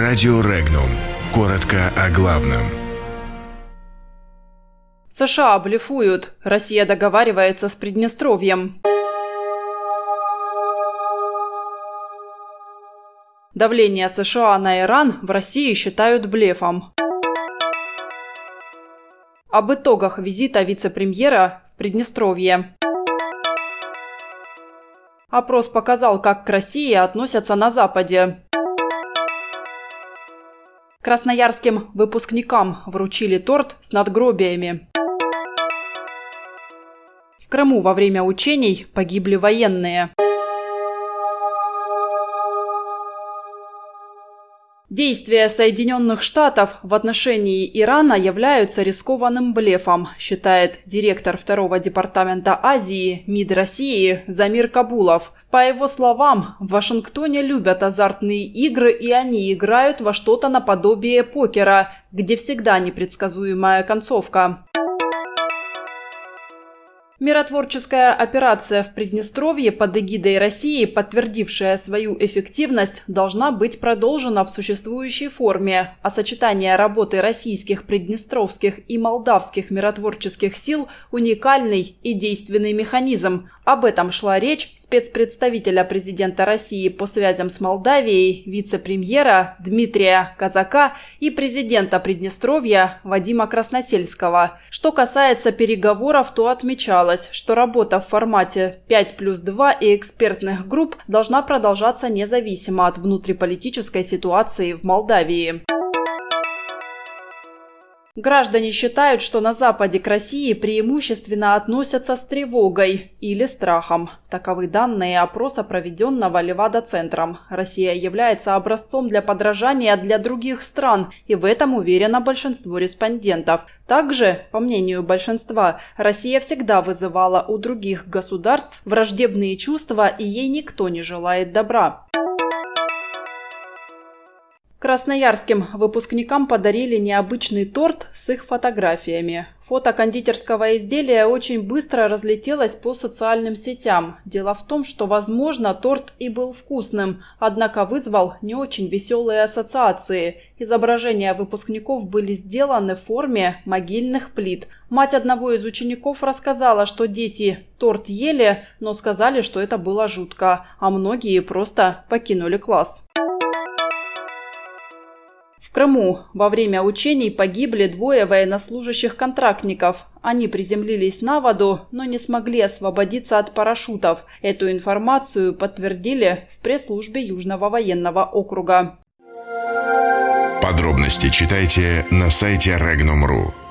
Радио Регнум. Коротко о главном. США блефуют. Россия договаривается с Приднестровьем. Давление США на Иран в России считают блефом. Об итогах визита вице-премьера в Приднестровье. Опрос показал, как к России относятся на Западе. Красноярским выпускникам вручили торт с надгробиями. В Крыму во время учений погибли военные. Действия Соединенных Штатов в отношении Ирана являются рискованным блефом, считает директор второго департамента Азии МИД России Замир Кабулов. По его словам, в Вашингтоне любят азартные игры, и они играют во что-то наподобие покера, где всегда непредсказуемая концовка. Миротворческая операция в Приднестровье под эгидой России, подтвердившая свою эффективность, должна быть продолжена в существующей форме, а сочетание работы российских, приднестровских и молдавских миротворческих сил – уникальный и действенный механизм. Об этом шла речь спецпредставителя президента России по связям с Молдавией, вице-премьера Дмитрия Казака и президента Приднестровья Вадима Красносельского. Что касается переговоров, то отмечалось, что работа в формате 5+2 и экспертных групп должна продолжаться независимо от внутриполитической ситуации в Молдавии. Граждане считают, что на Западе к России преимущественно относятся с тревогой или страхом. Таковы данные опроса, проведенного Левада-центром. Россия является образцом для подражания для других стран, и в этом уверено большинство респондентов. Также, по мнению большинства, Россия всегда вызывала у других государств враждебные чувства, и ей никто не желает добра. Красноярским выпускникам подарили необычный торт с их фотографиями. Фото кондитерского изделия очень быстро разлетелось по социальным сетям. Дело в том, что, возможно, торт и был вкусным, однако вызвал не очень веселые ассоциации. Изображения выпускников были сделаны в форме могильных плит. Мать одного из учеников рассказала, что дети торт ели, но сказали, что это было жутко, а многие просто покинули класс. В Крыму во время учений погибли 2 военнослужащих-контрактников. Они приземлились на воду, но не смогли освободиться от парашютов. Эту информацию подтвердили в пресс-службе Южного военного округа. Подробности читайте на сайте Regnum.ru.